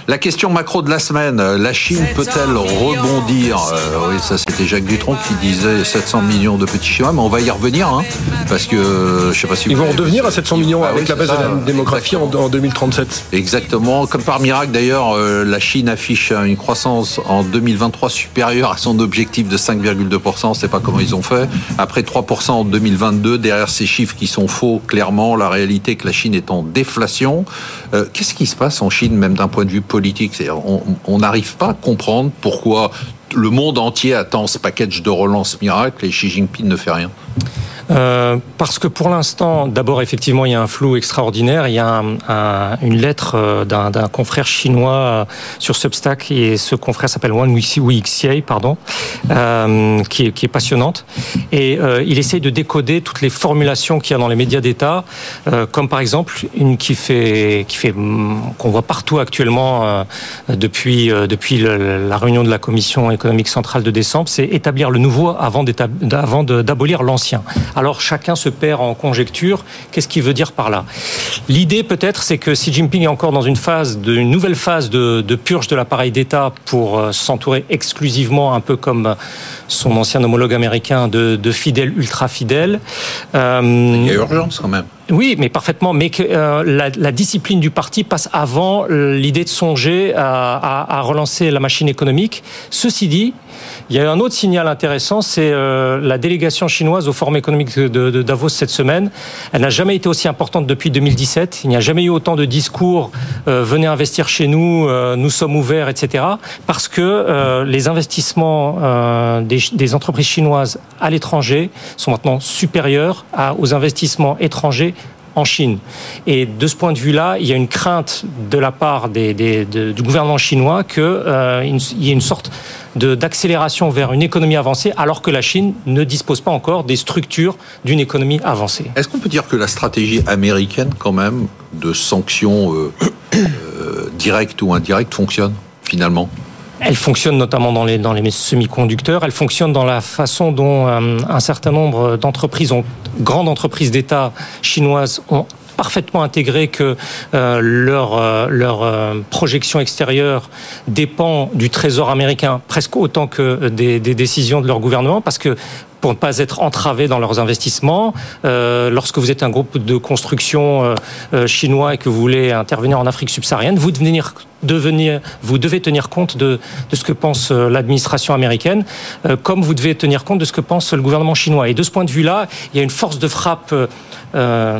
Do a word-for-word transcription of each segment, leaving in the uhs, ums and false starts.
La question macro de la semaine, la Chine peut-elle rebondir ? euh, Oui, ça c'était Jacques Dutronc qui disait sept cents millions de petits Chinois, mais on va y revenir, hein, parce que je sais pas si ils vous vont redevenir à sept cents millions ah, avec oui, la baisse ça, de la démographie en, en deux mille trente-sept. Exactement, comme par miracle d'ailleurs, euh, la Chine affiche une croissance en deux mille vingt-trois supérieure à son objectif de cinq virgule deux pour cent, on ne sait pas comment ils ont fait, après trois pour cent en deux mille vingt-deux, derrière ces chiffres qui sont faux, clairement, la réalité est que la Chine est en déflation. Euh, qu'est-ce qui se passe en Chine, même d'un point de vue politique ? C'est-à-dire, on n'arrive pas à comprendre pourquoi le monde entier attend ce package de relance miracle et Xi Jinping ne fait rien. Euh, parce que pour l'instant, d'abord, effectivement, il y a un flou extraordinaire. Il y a un, un, une lettre d'un, d'un confrère chinois sur Substack, et ce confrère s'appelle Wang Weixiai, pardon, euh, qui, est, qui est passionnante. Et euh, il essaye de décoder toutes les formulations qu'il y a dans les médias d'État, euh, comme par exemple une qui fait, qui fait, qu'on voit partout actuellement euh, depuis, euh, depuis le, la réunion de la Commission économique centrale de décembre, c'est établir le nouveau avant, avant de, d'abolir l'ancien. Alors chacun se perd en conjecture. Qu'est-ce qu'il veut dire par là ? L'idée peut-être, c'est que Xi Jinping est encore dans une phase, de, une nouvelle phase de, de purge de l'appareil d'État pour euh, s'entourer exclusivement, un peu comme son ancien homologue américain, de, de fidèles ultra fidèles. Euh, Il y a urgence quand même. Oui, mais parfaitement. Mais que euh, la, la discipline du parti passe avant l'idée de songer à, à, à relancer la machine économique. Ceci dit, il y a un autre signal intéressant, c'est euh, la délégation chinoise au Forum économique de, de Davos cette semaine. Elle n'a jamais été aussi importante depuis deux mille dix-sept. Il n'y a jamais eu autant de discours euh, « venez investir chez nous, euh, nous sommes ouverts », et cetera. Parce que euh, les investissements euh, des, des entreprises chinoises à l'étranger sont maintenant supérieurs à, aux investissements étrangers en Chine. Et de ce point de vue-là, il y a une crainte de la part des, des, de, du gouvernement chinois qu'il euh, y ait une sorte de, d'accélération vers une économie avancée, alors que la Chine ne dispose pas encore des structures d'une économie avancée. Est-ce qu'on peut dire que la stratégie américaine, quand même, de sanctions euh, euh, directes ou indirectes, fonctionne, finalement ? Elle fonctionne notamment dans les, dans les semi-conducteurs. Elle fonctionne dans la façon dont euh, un certain nombre d'entreprises, ont, grandes entreprises d'État chinoises, ont parfaitement intégré que euh, leur, euh, leur euh, projection extérieure dépend du Trésor américain presque autant que des, des décisions de leur gouvernement, parce que pour ne pas être entravés dans leurs investissements. Euh, lorsque vous êtes un groupe de construction euh, euh, chinois et que vous voulez intervenir en Afrique subsaharienne, vous, devenir, devenir, vous devez tenir compte de, de ce que pense l'administration américaine, euh, comme vous devez tenir compte de ce que pense le gouvernement chinois. Et de ce point de vue-là, il y a une force de frappe euh,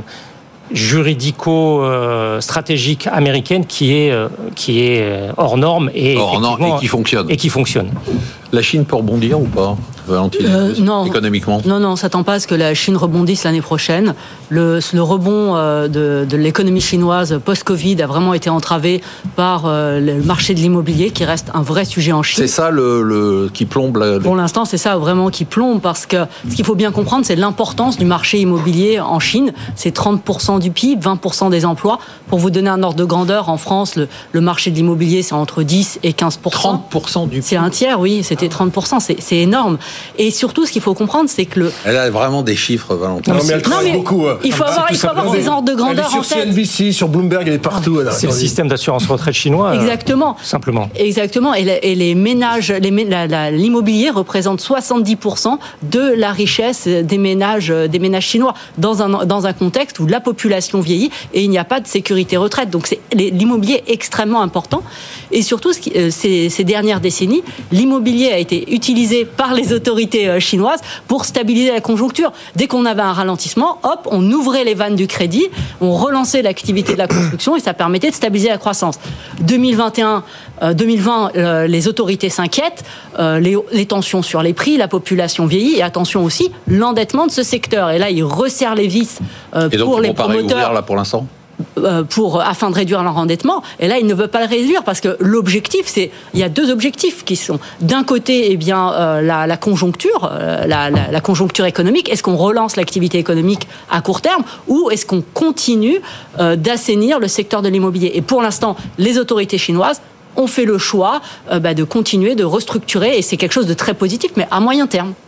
juridico-stratégique américaine qui est, qui est hors norme et, hors norme et qui fonctionne. Et qui fonctionne. La Chine peut rebondir ou pas, Valentine, euh, non, économiquement ? Non, non, on ne s'attend pas à ce que la Chine rebondisse l'année prochaine. Le, le rebond de, de l'économie chinoise post-Covid a vraiment été entravé par le marché de l'immobilier, qui reste un vrai sujet en Chine. C'est ça le, le, qui plombe la... Pour l'instant, c'est ça vraiment qui plombe, parce que ce qu'il faut bien comprendre, c'est l'importance du marché immobilier en Chine. C'est trente pour cent du P I B, vingt pour cent des emplois. Pour vous donner un ordre de grandeur, en France, le, le marché de l'immobilier, c'est entre dix et quinze pour cent. trente pour cent du P I B. C'est un tiers, oui, c'était trente pour cent, c'est, c'est énorme. Et surtout, ce qu'il faut comprendre, c'est que le... Elle a vraiment des chiffres, Valentine. Non, mais elle travaille beaucoup. Il faut avoir, il faut avoir ces ordres de grandeur en tête. Elle est sur C N B C, sur Bloomberg, elle est partout. Elle c'est le système d'assurance retraite chinois. Exactement. Euh, simplement. Exactement. Et, la, et les ménages, les, la, la, l'immobilier représente soixante-dix pour cent de la richesse des ménages, des ménages chinois, dans un, dans un contexte où la population vieillit et il n'y a pas de sécurité retraite. Donc c'est l'immobilier est extrêmement important. Et surtout, ce qui, euh, ces, ces dernières décennies, l'immobilier a été utilisé par les autorités chinoises pour stabiliser la conjoncture. Dès qu'on avait un ralentissement, hop, on ouvrait les vannes du crédit, on relançait l'activité de la construction et ça permettait de stabiliser la croissance. deux mille vingt et un, deux mille vingt, euh, les autorités s'inquiètent, euh, les, les tensions sur les prix, la population vieillit et attention aussi, l'endettement de ce secteur. Et là, ils resserrent les vis euh, et donc, pour les promoteurs. Et donc, ils vont pas réouvrir là pour l'instant ? Pour, afin de réduire leur endettement. Et là, il ne veut pas le réduire parce que l'objectif, c'est... Il y a deux objectifs qui sont, d'un côté, eh bien, euh, la, la conjoncture, euh, la, la, la conjoncture économique. Est-ce qu'on relance l'activité économique à court terme ou est-ce qu'on continue euh, d'assainir le secteur de l'immobilier ? Et pour l'instant, les autorités chinoises ont fait le choix euh, bah, de continuer, de restructurer, et c'est quelque chose de très positif, mais à moyen terme.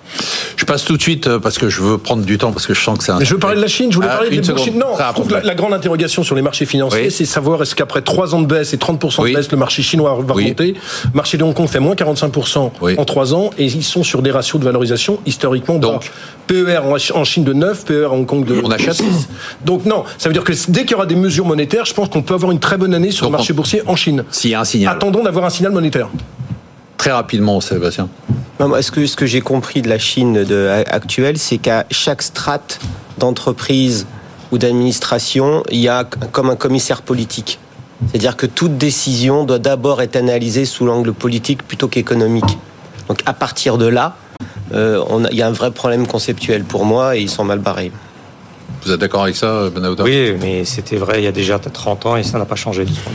Je passe tout de suite parce que je veux prendre du temps parce que je sens que c'est un. Mais je veux parler de la Chine. Je voulais Ah, parler de une la Chine. seconde. Non, Très je trouve que la, la grande interrogation sur les marchés financiers, Oui. c'est savoir est-ce qu'après trois ans de baisse et trente pour cent Oui. de baisse, le marché chinois va Oui. remonter. Le marché de Hong Kong fait moins quarante-cinq pour cent Oui. en trois ans et ils sont sur des ratios de valorisation historiquement bas. Donc. P E R en- en Chine de neuf, P E R à Hong Kong de On achète. six. Donc non, ça veut dire que dès qu'il y aura des mesures monétaires, je pense qu'on peut avoir une très bonne année sur Donc le marché on- boursier en Chine. S'il y a un signal. Attendons d'avoir un signal monétaire. Très rapidement, Sébastien. Non, moi, ce que, ce que j'ai compris de la Chine de, actuelle, c'est qu'à chaque strate d'entreprise ou d'administration, il y a comme un commissaire politique. C'est-à-dire que toute décision doit d'abord être analysée sous l'angle politique plutôt qu'économique. Donc à partir de là, euh, on a, il y a un vrai problème conceptuel pour moi et ils sont mal barrés. Vous êtes d'accord avec ça, Benahouda ? Oui, mais c'était vrai il y a déjà trente ans et ça n'a pas changé.